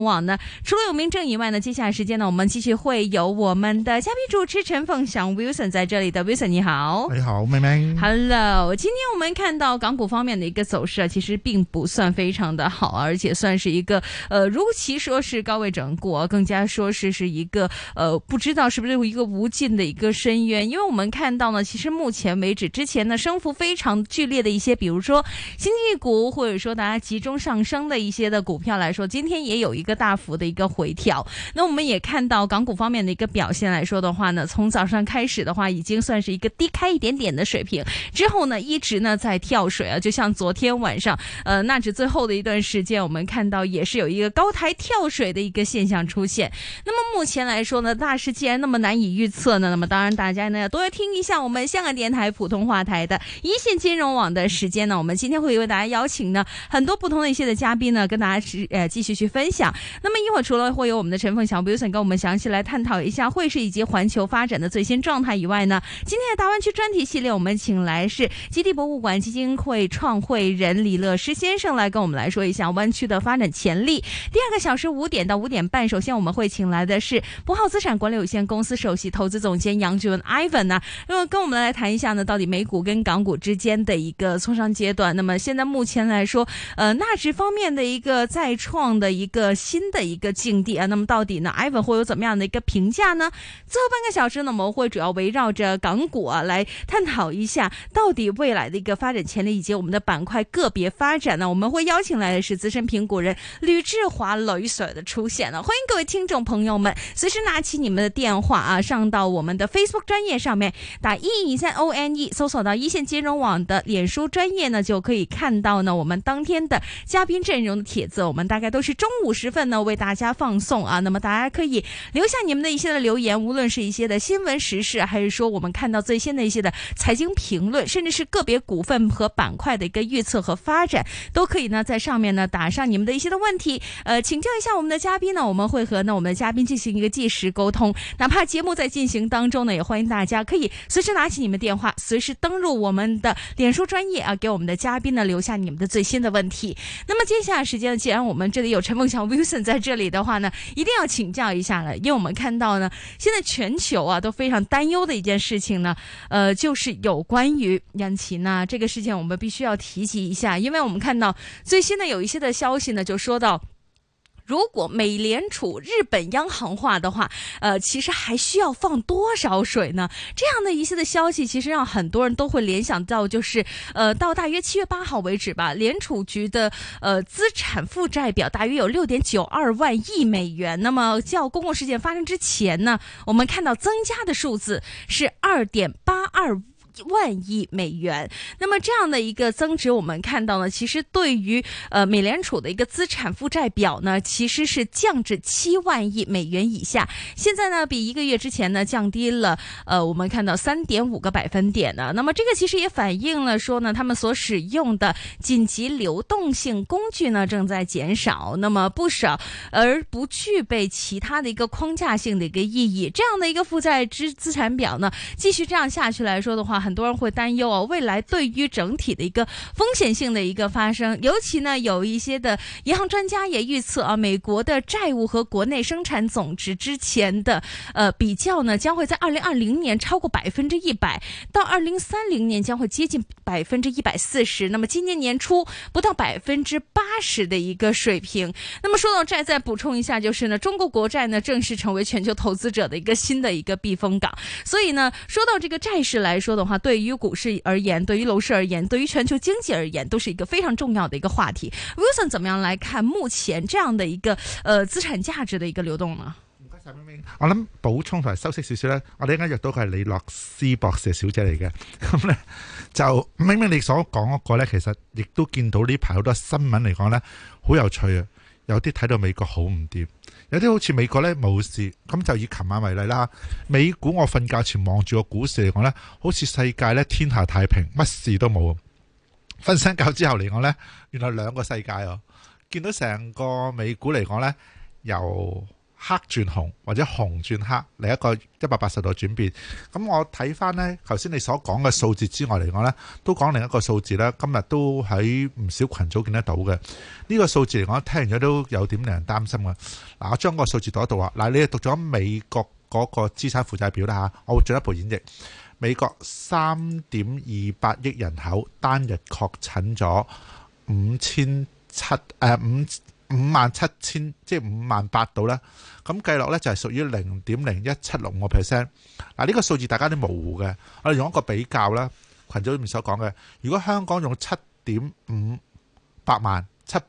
网呢，除了有明正以外呢，接下来时间呢，我们继续会有我们的嘉宾主持陈凤翔 Wilson 在这里的 Wilson 你好。 你好，妹妹。 Hello， 今天我们看到港股方面的一个走势啊，其实并不算非常的好，而且算是一个如其说是高位整固，更加说是一个不知道是不是一个无尽的一个深渊。因为我们看到呢，其实目前为止之前呢升幅非常剧烈的一些，比如说经济股或者说大家集中上升的一些的股票来说，今天也有一个大幅的一个回调。那我们也看到港股方面的一个表现来说的话呢，从早上开始的话已经算是一个低开一点点的水平，之后呢一直呢在跳水啊，就像昨天晚上纳指最后的一段时间，我们看到也是有一个高台跳水的一个现象出现。那么目前来说呢，大势既然那么难以预测呢，那么当然大家呢要多听一下我们香港电台普通话台的一线金融网的时间呢，我们今天会为大家邀请呢很多不同的一些的嘉宾呢跟大家继续去分享。那么一会儿除了会有我们的陈凤翔 Wilson 跟我们详细来探讨一下汇市以及环球发展的最新状态以外呢，今天的大湾区专题系列我们请来是基地博物馆基金会创会人李乐诗先生来跟我们来说一下湾区的发展潜力。第二个小时5点到5点半，首先我们会请来的是博浩资产管理有限公司首席投资总监杨俊文 Ivan 呢，跟我们来谈一下呢，到底美股跟港股之间的一个磋商阶段。那么现在目前来说，纳指方面的一个再创的一个新的一个境地啊，那么到底呢 Ivan 会有怎么样的一个评价呢？最后半个小时呢，我们会主要围绕着港股啊来探讨一下到底未来的一个发展潜力以及我们的板块个别发展呢。我们会邀请来的是资深评股人吕志华吕 Sir 的出现呢，欢迎各位听众朋友们随时拿起你们的电话啊，上到我们的 Facebook 专页上面打113ONE， 搜索到一线金融网的脸书专页呢，就可以看到呢我们当天的嘉宾阵容的帖子，我们大概都是中午时分呢为大家放送啊。那么大家可以留下你们的一些的留言，无论是一些的新闻时事，还是说我们看到最新的一些的财经评论，甚至是个别股份和板块的一个预测和发展，都可以呢在上面呢打上你们的一些的问题，请教一下我们的嘉宾呢，我们会和呢我们的嘉宾进行一个即时沟通。哪怕节目在进行当中呢，也欢迎大家可以随时拿起你们电话，随时登入我们的脸书专业啊，给我们的嘉宾呢留下你们的最新的问题。那么接下来时间呢，既然我们这里有陈凤翔 Wilson 在这里的话呢，一定要请教一下了，因为我们看到呢，现在全球啊都非常担忧的一件事情呢，就是有关于央企呢这个事情，我们必须要提及一下，因为我们看到最新的有一些的消息呢，就说到，如果美联储日本央行化的话，其实还需要放多少水呢？这样的一些的消息，其实让很多人都会联想到，就是到大约7月8号为止吧，联储局的资产负债表大约有6.92万亿美元。那么较公共事件发生之前呢，我们看到增加的数字是2.82万亿美元。那么这样的一个增值，我们看到呢，其实对于美联储的一个资产负债表呢，其实是降至7万亿美元以下。现在呢，比1个月之前呢降低了我们看到3.5个百分点呢。那么这个其实也反映了说呢，他们所使用的紧急流动性工具呢正在减少，那么不少而不具备其他的一个框架性的一个意义。这样的一个负债资产表呢，继续这样下去来说的话，很多人会担忧啊，未来对于整体的一个风险性的一个发生，尤其呢有一些的银行专家也预测啊，美国的债务和国内生产总值之前的比较呢，将会在2020年超过100%，到2030年将会接近140%，那么今年年初不到80%的一个水平。那么说到债，再补充一下，就是呢，中国国债呢正式成为全球投资者的一个新的一个避风港。所以呢，说到这个债市来说的话，对于股市而言，对于楼市而言，对于全球经济而言，都是一个非常重要的一个话題。Wilson 怎麼樣來看目前這樣的一個資產價值的一個流動呢？ 唔該晒，明明。我諗補充同埋修飾少少咧，我哋應該約到佢係李樂詩博士小姐嚟嘅。咁咧就明明你所講嗰個咧，其實亦都見到呢排好多新聞嚟講咧，好有趣啊！有啲睇到美國好唔掂，有啲好似美國咧冇事，咁就以琴晚為例啦。美股我瞓覺前望住個股市嚟講咧，好似世界咧天下太平，乜事都冇。瞓醒覺之後嚟講咧，原來兩個世界哦。見到成個美股嚟講咧，由黑轉紅或者紅轉黑，嚟一個180度轉變。咁我睇翻呢頭先你所講嘅數字之外嚟講呢，都講另一個數字呢，今日都喺唔少群組見得到嘅。呢個數字嚟講，聽完咗都有點令人擔心嘅。嗱，我將個數字讀一讀啊。嗱，你係讀咗美國嗰個資產負債表啦嚇，我會進一步演繹。美國3.28億人口單日確診咗57000，即係58000度啦。咁計落呢，就係屬於0.01765%。嗱，呢個數字大家都模糊嘅，我哋用一個比較啦。群組裏面所講嘅，如果香港用7.58萬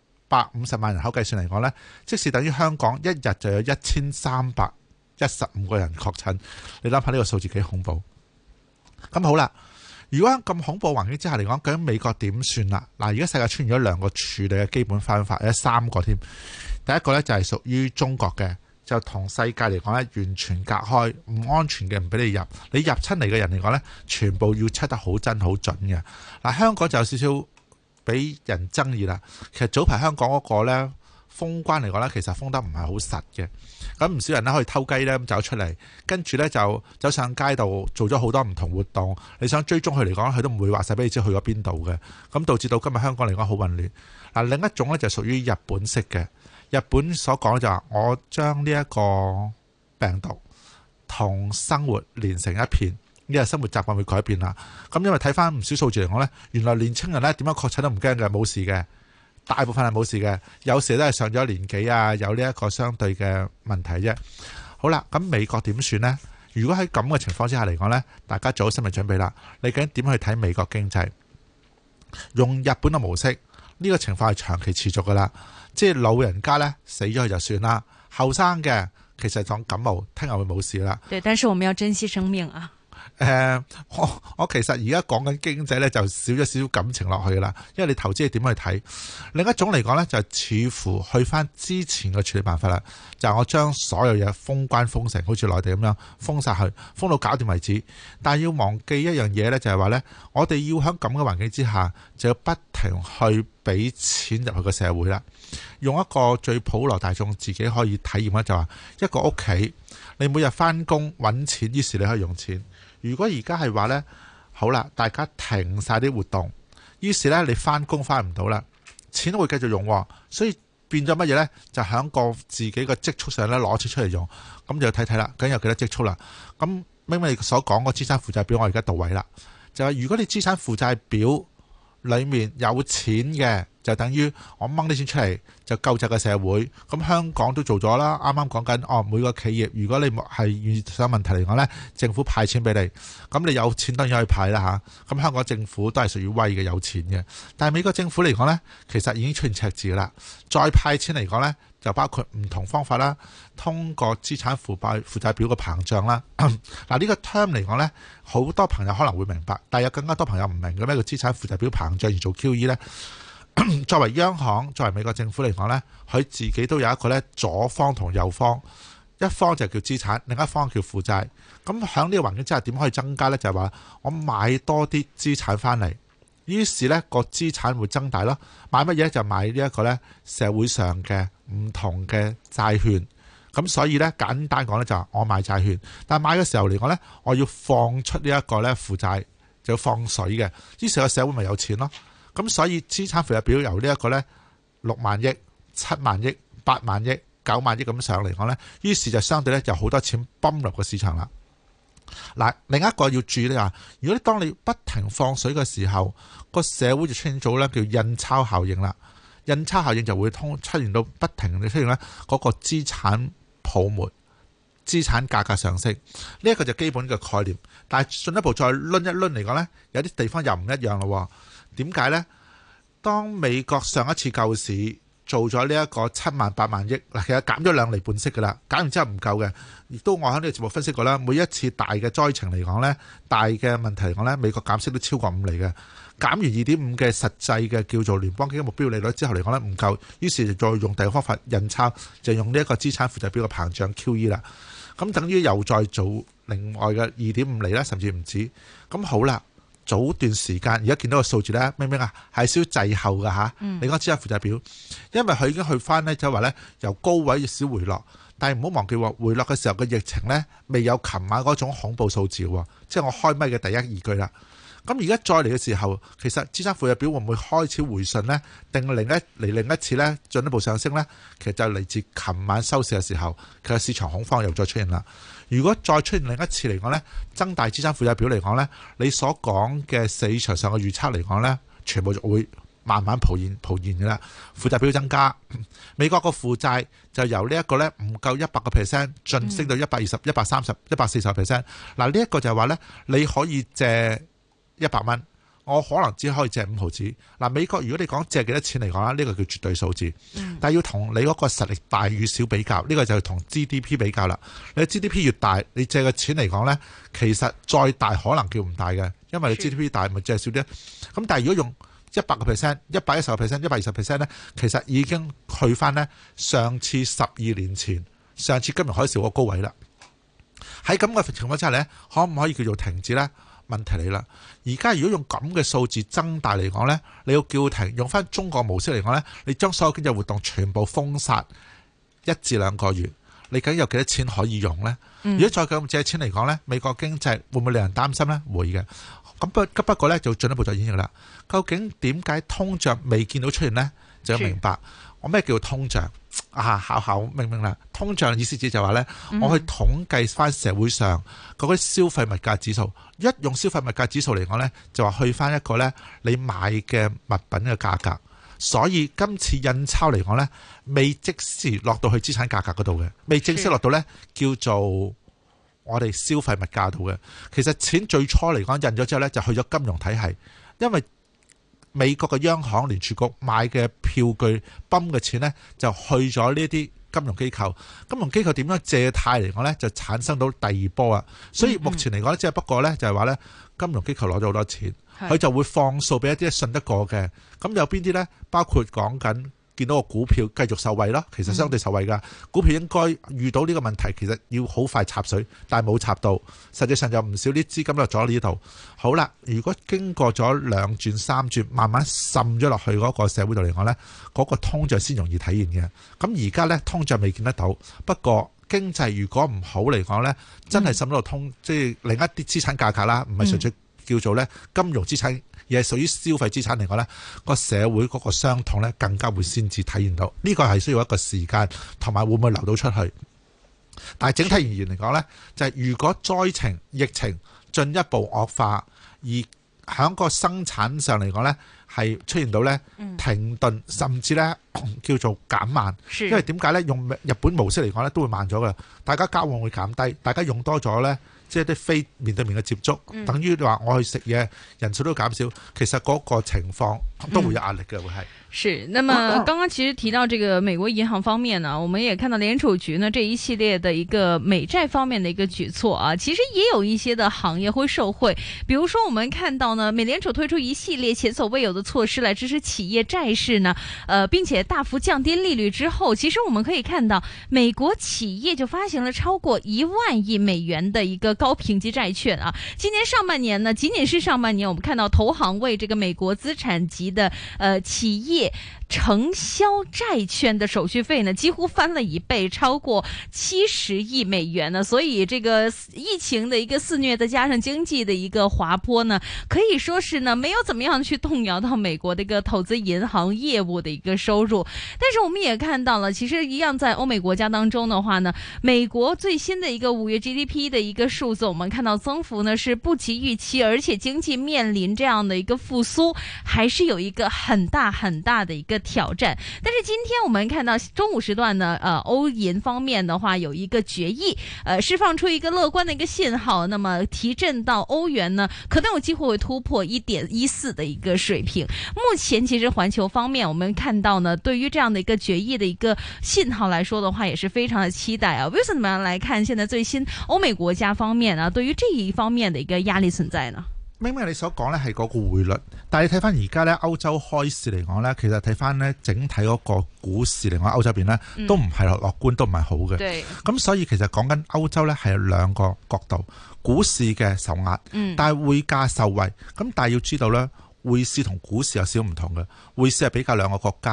750萬人口計算嚟講呢，即是等於香港一日就有1315個人確診。你諗下呢個數字幾恐怖？咁好啦。如果喺咁恐怖環境之下嚟講，究竟美國點算啦？嗱，而家世界出現咗2個處理嘅基本方法，有3個添。第一個呢，就係屬於中國嘅，就同世界嚟講呢，完全隔開，唔安全嘅唔俾你入。你入親嚟嘅人嚟講呢，全部要測得好真好準嘅。嗱，香港就有少少俾人爭議啦。其實早排香港嗰個呢，封關嚟講呢，其實封得唔係好實嘅。咁唔少人咧可以偷雞咧咁走出嚟，跟住咧就走上街度做咗好多唔同活動。你想追蹤佢嚟講，佢都唔會話晒俾你知去咗邊度嘅。咁導致到今日香港嚟講好混亂。嗱，另一種咧就屬於日本式嘅。日本所講就話我將呢一個病毒同生活連成一片，呢個生活習慣會改變啦。咁因為睇翻唔少數字嚟講咧，原來年青人咧點樣確診都唔驚嘅，冇事嘅。大部分係冇事嘅，有時都係上咗年紀啊，有呢一個相對嘅問題啫。好啦，咁美國點算呢？如果喺咁嘅情況之下嚟講呢，大家做好心理準備啦。你究竟點去睇美國經濟？用日本嘅模式，呢個情況係長期持續噶啦。即係老人家呢，死咗就算啦，後生嘅其實當感冒，聽日會冇事啦。 對，但是我們要珍惜生命啊。 我其實而家講緊經濟呢，就少咗少少感情落去啦，因為你投資係點去睇？另一種嚟講呢，就似乎去翻之前嘅處理辦法啦，就係我將所有嘢封關封城，好似內地咁樣封晒去，封到搞掂為止。但係要忘記一樣嘢呢，就係話呢，我哋要喺咁嘅環境之下，就要不停去俾錢入去個社會啦。用一個最普羅大眾自己可以體驗咧，就話一個屋企，你每日翻工揾錢，於是你可以用錢。如果而家係話呢，好啦，大家停晒啲活動，於是呢，你翻工翻唔到啦，錢會繼續用，所以變咗乜嘢呢？就喺個自己嘅積蓄上呢，攞錢出嚟用，咁就要睇睇啦，究竟有幾多積蓄啦。咁明明你所講個資產負債表，我而家到位啦，就係如果你資產負債表裏面有錢嘅，就等於我掹啲錢出嚟就救濟個社會。咁香港都做咗啦，啱啱講緊每個企業如果你係遇上問題嚟講呢，政府派錢俾你，咁你有錢當然可以派啦嚇。咁香港政府都係屬於威嘅，有錢嘅。但係美國政府嚟講呢，其實已經出現赤字啦。再派錢嚟講呢，就包括唔同方法啦，通過資產負債表嘅膨脹啦。嗱，呢個 term 嚟講呢，好多朋友可能會明白，但係有更加多朋友唔明嘅咩叫資產負債表膨脹而做 QE 呢？作為央行，作為美國政府嚟講呢，佢自己都有一個呢左方同右方，一方就叫資產，另一方叫負債。咁喺呢個環境之下，點可以增加呢？就係話我買多啲資產翻嚟，於是呢個資產會增大咯。買乜嘢就買呢一個呢社會上嘅唔同嘅債券。咁所以呢，簡單講呢，就係我買債券，但係買嘅時候嚟講呢，我要放出呢一個呢負債，就要放水嘅，於是個社會咪有錢咯。咁所以資產負債表由呢一個呢6萬億、7萬億、8萬億、9萬億咁上嚟講呢，於是就相對呢就好多錢泵入個市場啦。嗱，另一個要注意呢，如果當你不停放水嘅時候，個社會就出現咗呢叫印鈔效應啦。印鈔效應就會出現到不停地出現呢嗰個資產泡沫、資產價格上升。呢一個就基本嘅概念。但係進一步再掄一掄嚟講呢，有啲地方又唔一樣咯。點解呢？當美國上一次救市做咗呢一個7萬8萬億，嗱，其實減咗2厘半息噶啦，減完之後唔夠嘅，亦都我喺呢個節目分析過啦。每一次大嘅災情嚟講呢，大嘅問題嚟講呢，美國減息都超過5厘嘅。減完2.5嘅實際嘅叫做聯邦基金目標利率之後嚟講呢，唔夠，於是就再用第二個方法印鈔，就用呢一個資產負債表嘅膨脹 QE 啦。咁等於又再做另外嘅2.5厘啦，甚至唔止。咁好啦。早段時間，而家見到個數字呢，明唔明啊？係少滯後㗎嚇。你講資產負債表，因為佢已經去翻呢，就話呢由高位少回落， 但係唔好忘記喎，回落嘅時候嘅疫情呢，未有琴晚嗰種恐怖數字喎，即係我開咪嘅第一二句啦。咁而家再嚟嘅時候，其實資產負債表會唔會開始回順呢？定另一次呢進一步上升呢？其實就嚟自琴晚收市嘅時候，其實市場恐慌又再出現啦。如果再出現另一次嚟講呢，增大資產負債表嚟講呢，你所講嘅市場上嘅預測嚟講呢，全部就會慢慢蒲現嘅啦。負債表增加，美國個負債就由呢一個呢唔夠100%晉升到120%、130%、140%。嗱，呢一個就係話呢，你可以借100蚊，我可能只可以借5毫子。嗱，美國如果你講借幾多錢嚟講啦，呢個叫絕對數字。但係要同你嗰個實力大與小比較，呢個就係同 GDP 比較啦。你 GDP 越大，你借嘅錢嚟講呢，其實再大可能叫唔大嘅，因為你 GDP 大咪借少啲。咁但係如果用100%、110%、120%呢，其實已經去翻呢上次12年前上次金融海嘯個高位啦。喺咁嘅情況之下呢，可唔可以叫做停止呢？問題嚟啦！而家如果用咁嘅數字增大嚟講呢，你要叫停，用翻中國模式嚟講呢，你將所有經濟活動全部封殺1至2個月，你究竟有幾多錢可以用呢？如果再咁借錢嚟講呢，美國經濟會唔會令人擔心呢？會嘅。咁不過呢，就進一步再演繹啦。究竟點解通脹未見到出現呢？就要明白我咩叫通脹考明啦。通脹意思就係話呢，我去統計翻社會上嗰啲消費物價指數，一用消費物價指數嚟講呢，就話去翻一個呢你買嘅物品嘅價格。所以今次印鈔嚟講呢，未即時落到去資產價格嗰度嘅，未正式落到呢叫做我哋消費物價度嘅。其實錢最初嚟講印咗之後呢，就去咗金融體系，因為美國嘅央行聯儲局買嘅票據泵嘅錢呢，就去咗呢啲金融機構。金融機構點樣借貸嚟講呢，就產生到第二波啊。所以目前嚟講呢，即係不過呢，就係話呢，金融機構攞咗好多錢，佢就會放數俾一啲信得過嘅。咁有邊啲呢？包括講緊見到個股票繼續受惠啦，其實相對受惠㗎。股票應該遇到呢個問題，其實要好快插水，但係冇插到。實際上就唔少啲資金落咗呢度。好啦，如果經過咗2轉3轉，慢慢滲咗落去嗰個社會度嚟講呢，嗰個通脹先容易體現嘅。咁而家呢，通脹未見得到，不過經濟如果唔好嚟講呢，真係滲到即係另一啲資產價格啦，唔係純粹叫做呢金融資產，而係屬於消費資產嚟講呢，個社會嗰個傷痛呢更加會先至體現到。呢個係需要一個時間，同埋會唔會流到出去。但係整體而言嚟講呢，就係如果災情、疫情進一步惡化，而喺個生產上嚟講呢，係出現到呢停頓，甚至呢叫做減慢。因為點解呢？用日本模式嚟講呢，都會慢咗㗎。大家交往會減低，大家用多咗呢。即係啲非面對面嘅接觸，等於你話我去食嘢，人數都減少，其實嗰個情況都會有壓力嘅，會係。 是，那麼剛剛其實提到這個美國銀行方面呢，我們也看到聯儲局呢這一系列的一個美債方面的一個舉措啊，其實也有一些的行業會受惠，比如說我們看到呢，美聯儲推出一系列前所未有的措施來支持企業債市呢，並且大幅降低利率之後，其實我們可以看到美國企業就發行了超過1萬億美元的一個高評級債券啊。今年上半年呢，僅僅是上半年，我們看到投行為這個美國資產級的企業承銷債券的手續費呢，幾乎翻了1倍，超過70億美元呢。所以這個疫情的一個肆虐，再加上經濟的一個滑坡呢，可以說是呢沒有怎麼樣去動搖到美國的一個投資銀行業務的一個收入。但是我們也看到了，其實一樣在歐美國家當中的話呢，美國最新的一個5月 GDP 的一個數字，我們看到增幅呢是不及預期，而且經濟面臨這樣的一個復甦，還是有一個很大的一個挑戰。但是今天我們看到中午時段呢，歐銀方面的話有一個決議，釋放出一個樂觀的一個信號，那麼提振到歐元呢可能有機會會突破1.14的一個水平。目前其實環球方面我們看到呢，對於這樣的一個決議的一個信號來說的話，也是非常的期待啊。Wilson 怎麼樣來看現在最新歐美國家方面啊，對於這一方面的一個壓力存在呢？ 明明你所講呢係嗰個匯率，但係你睇翻而家呢歐洲開市嚟講呢，其實睇翻呢整體嗰個股市嚟講，歐洲邊呢都唔係樂觀，都唔係好嘅。咁所以其實講緊歐洲呢係有兩個角度，股市嘅受壓，但係匯價受惠。咁但係要知道呢，匯市同股市有少唔同嘅，匯市係比較兩個國家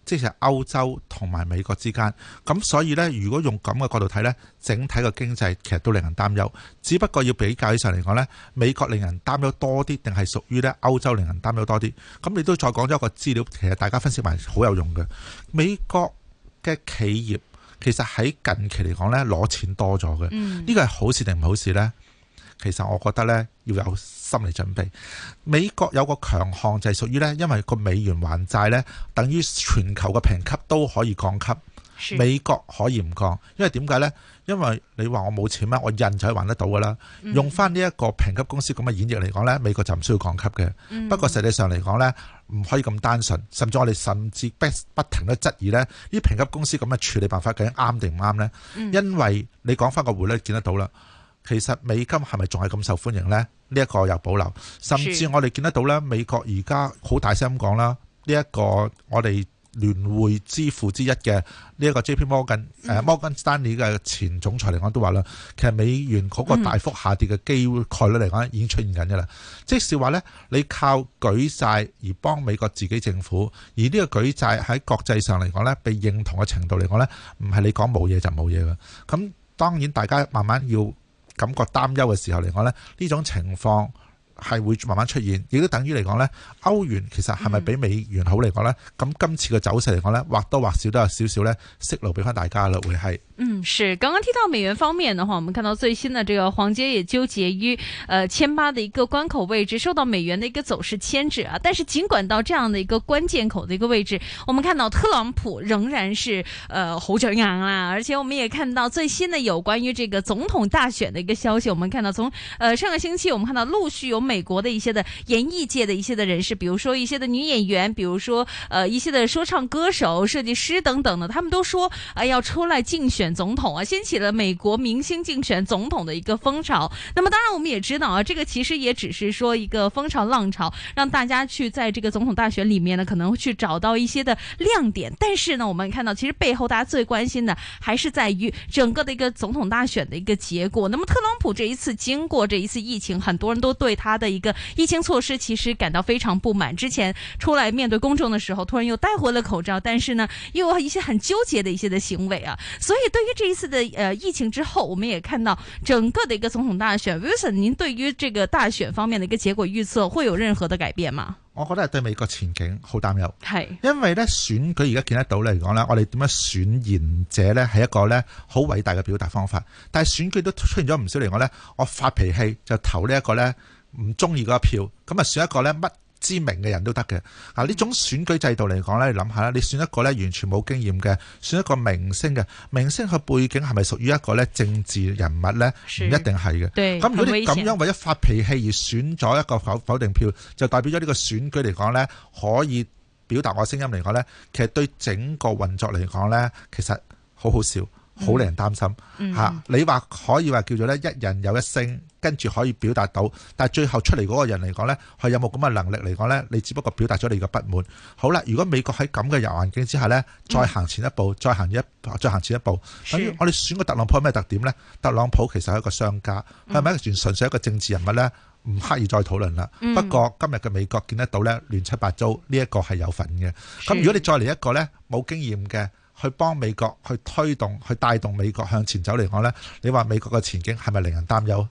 即係歐洲同埋美國之間。咁所以呢，如果用咁嘅角度睇呢，整體嘅經濟其實都令人擔憂。只不過要比較起上嚟講呢，美國令人擔憂多啲，定係屬於呢歐洲令人擔憂多啲？咁你都再講咗一個資料，其實大家分析埋好有用嘅。美國嘅企業其實喺近期嚟講呢，攞錢多咗嘅，呢個係好事定唔好事呢？其實我覺得呢，要有心理準備。美國有個強項就係屬於呢，因為個美元還債呢，等於全球嘅評級都可以降級，美國可以唔降，因為點解呢？因為你話我冇錢咩？我印就可以還得到噶啦。用翻呢一個評級公司咁嘅演繹嚟講呢，美國就唔需要降級嘅。不過實際上嚟講呢，唔可以咁單純，甚至我哋甚至不停都質疑呢啲評級公司咁嘅處理辦法究竟啱定唔啱呢？因為你講翻個匯率見得到啦。其實美金係咪仲係咁受歡迎呢？呢一個有保留，甚至我哋見得到呢，美國而家好大聲咁講啦，呢一個我哋聯匯之父之一嘅呢一個 JP Morgan Stanley 嘅前總裁嚟講都話啦，其實美元嗰個大幅下跌嘅機會概率嚟講已經出現緊嘅啦。即是話呢，你靠舉債而幫美國自己政府，而呢個舉債喺國際上嚟講呢，被認同嘅程度嚟講呢，唔係你講冇嘢就冇嘢嘅。咁當然大家慢慢要感覺擔憂嘅時候嚟講呢，呢種情況係會慢慢出現，亦都等於嚟講呢，歐元其實係咪比美元好嚟講呢？咁今次嘅走勢嚟講呢，或多或少都有少少呢息路俾翻大家啦，會係。 是剛剛提到美元方面的話，我們看到最新的這個黃金也糾結於1800的一個關口位置，受到美元的一個走勢牽制啊。但是盡管到這樣的一個關鍵口的一個位置，我們看到特朗普仍然是好張揚啦，而且我們也看到最新的有關於這個總統大選的一個消息。我們看到從上個星期，我們看到陸續有美國的一些的演藝界的一些的人士，比如說一些的女演員，比如說一些的說唱歌手、設計師等等的，他們都說要出來競選總統啊，掀起了美國明星競選總統的一個風潮。那麼當然我們也知道啊，這個其實也只是說一個風潮浪潮，讓大家去在這個總統大選裏面呢，可能去找到一些的亮點。但是呢，我們看到其實背後大家最關心的還是在於整個的一個總統大選的一個結果。那麼特朗普這一次經過這一次疫情，很多人都對他的一個疫情措施其實感到非常不滿。之前出來面對公眾的時候，突然又戴回了口罩，但是呢，又有一些很糾結的一些的行為啊。所以對於這一次的疫情之後，我們也看到整個的一個總統大選。Wilson，您對於這個大選方面的一個結果預測會有任何的改變嗎？ 我覺得係對美國前景好擔憂， 係因為咧選舉而家見得到嚟講咧，我哋點樣選賢者咧係一個咧好偉大嘅表達方法，但係選舉都出現咗唔少嚟講咧，我發脾氣就投呢一個咧唔中意嗰一票，咁啊選一個咧乜知名嘅人都得嘅。呢種選舉制度嚟講咧，你諗下啦，你選一個咧完全冇經驗嘅，選一個明星嘅，明星佢背景係咪屬於一個咧政治人物咧？唔一定係嘅。咁如果你咁樣為咗發脾氣而選咗一個否定票，就代表咗呢個選舉嚟講咧，可以表達我聲音嚟講咧，其實對整個運作嚟講咧，其實好好笑。好令人擔心你話可以話叫做咧一人有一聲，跟住可以表達到，但係最後出嚟嗰個人嚟講呢，佢有冇咁嘅能力嚟講呢？你只不過表達咗你嘅不滿。好啦，如果美國喺咁嘅環境之下呢，再行前一步，再行前一步，等於我哋選個特朗普有咩特點呢？特朗普其實係一個商家，係咪純粹一個政治人物呢？唔刻意再討論啦。不過今日嘅美國見得到呢，亂七八糟，呢一個係有份嘅。咁如果你再嚟一個呢，冇經驗嘅，去幫美國去推動去帶動美國向前走嚟講呢，你話美國嘅前景係咪令人擔憂？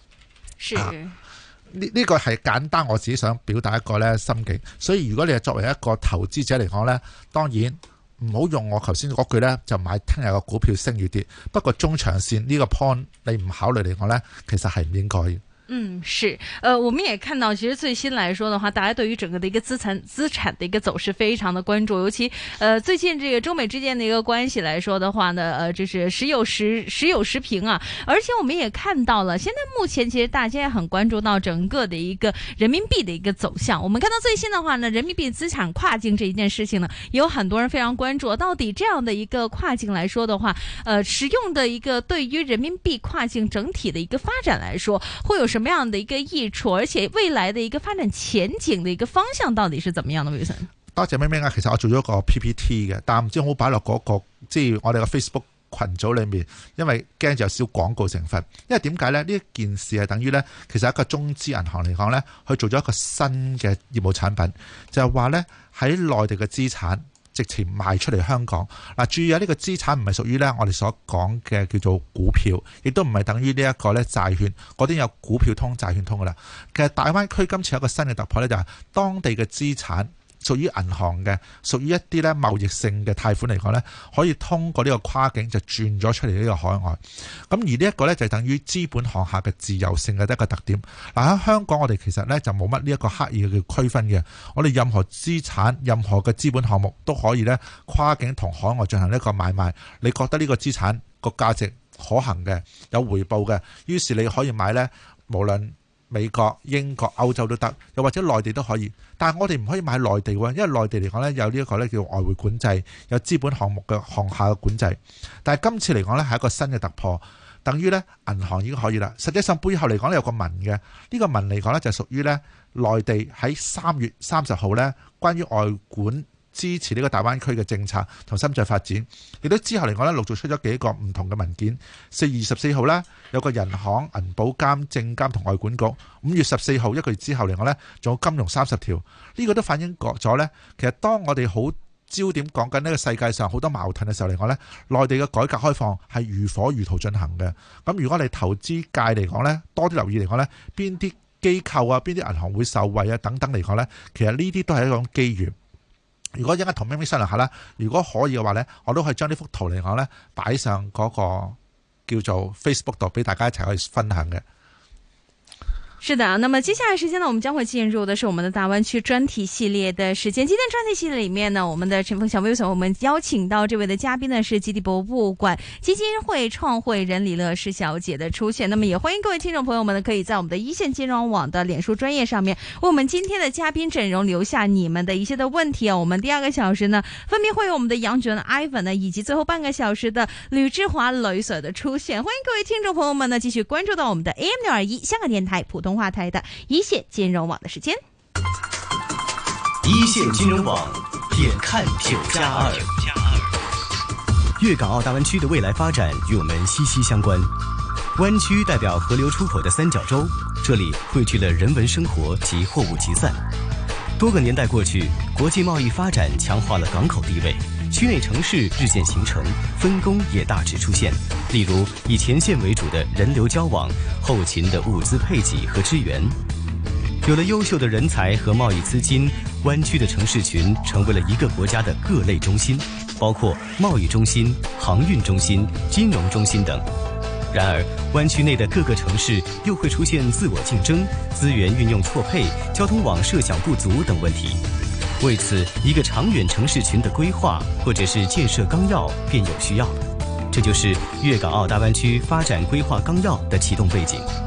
呢個係簡單我自己想表達一個呢心境。所以如果你係作為一個投資者嚟講呢，當然唔好用我頭先嗰句呢，就買聽日個股票升與跌。不過中長線呢個 point 你唔考慮嚟講呢，其實係唔應該嘅。 是，我們也看到，其實最新來說的話，大家對於整個的一個資產的一個走勢非常的關注，尤其最近這個中美之間的一個關係來說的話呢，就是時有時平啊，而且我們也看到了，現在目前其實大家也很關注到整個的一個人民幣的一個走向。我們看到最新的話呢，人民幣資產跨境這一件事情呢，也有很多人非常關注，到底這樣的一個跨境來說的話，使用的一個對於人民幣跨境整體的一個發展來說，會有什麼樣的一個益處，而且未來的一個發展前景的一個方向到底是怎麼樣的？Wilson， 多謝明明啊，其實我做咗個 PPT 嘅，但唔知好擺落嗰個即係我哋個 Facebook 群組裏面，因為驚有少少廣告成分。因為點解呢？呢一件事係等於呢，其實一個中資銀行嚟講呢，去做咗一個新嘅業務產品，就係話呢，喺內地嘅資產直情賣出嚟香港。注意啊，呢個資產唔係屬於呢我哋所講嘅叫做股票，亦都唔係等於呢一個呢債券，嗰啲有股票通、債券通噶啦。其實大灣區今次有一個新嘅突破呢，就係當地嘅資產屬於銀行嘅，屬於一啲咧貿易性嘅貸款嚟講咧，可以通過呢個跨境就轉咗出嚟呢個海外。咁而呢一個咧就等於資本項下嘅自由性嘅一個特點。喺香港我哋其實咧就冇乜呢一個刻意嘅區分嘅，我哋任何資產、任何嘅資本項目都可以咧跨境同海外進行一個買賣。你覺得呢個資產個價值可行嘅、有回報嘅，於是你可以買咧，無論美國、英國、歐洲都得，又或者內地都可以。但係我哋唔可以買內地喎，因為內地嚟講呢，有呢一個呢叫外匯管制，有資本項目嘅項下嘅管制。但係今次嚟講呢，係一個新嘅突破，等於呢銀行已經可以啦。實際上背後嚟講呢，有個文嘅，呢個文嚟講呢，就屬於呢內地喺3月30號呢關於外管支持呢個大灣區嘅政策同深圳發展，亦都之後嚟講咧，陸續出咗幾個唔同嘅文件。4月24號呢，有個人行、銀保監、證監同外管局。5月14號一個月之後嚟講呢，仲有金融30條。呢個都反映咗呢，其實當我哋好焦點講緊呢個世界上好多矛盾嘅時候嚟講呢，內地嘅改革開放係如火如荼進行嘅。咁如果你投資界嚟講呢，多啲留意嚟講呢，邊啲機構啊、邊啲銀行會受惠啊等等嚟講呢，其實呢啲都係一種機遇。如果一陣間同明明商量下啦，如果可以嘅話呢，我都可以將呢幅圖嚟講呢擺上嗰個叫做 Facebook 度，俾大家一齊去分享嘅。 是的，那麼接下來時間呢，我們將會進入的是我們的大灣區專題系列的時間。今天專題系列裏面呢，我們的陳鳳翔 Wilson，我們邀請到這位的嘉賓呢是吉利博物館基金會創會人李樂詩小姐的出現。那麼也歡迎各位聽眾朋友們呢，可以在我們的一線金融網的臉書專頁上面，為我們今天的嘉賓陣容留下你們的一些的問題啊。我們第2個小時呢，分別會有我們的楊俊 Ivan 呢，以及最後半個小時的呂志華呂 Sir 的出現。歡迎各位聽眾朋友們呢，繼續關注到我們的 AM621香港電台普通話台的一線金融網的時間。 一線金融網點看9+2。粵港澳大灣區的未來發展與我們息息相關。灣區代表河流出口的三角洲，這裡匯聚了人文生活及貨物集散。多個年代過去，國際貿易發展強化了港口地位，區內城市日漸形成，分工也大致出現。例如以前線為主的人流交往，後勤的物資配給和支援。有了優秀的人才和貿易資金，灣區的城市群成為了一個國家的各類中心，包括貿易中心、航運中心、金融中心等。然而，灣區內的各個城市又會出現自我競爭、資源運用錯配、交通網設想不足等問題。為此，一個長遠城市群的規劃或者是建設綱要便有需要。這就是粵港澳大灣區發展規劃綱要的啟動背景。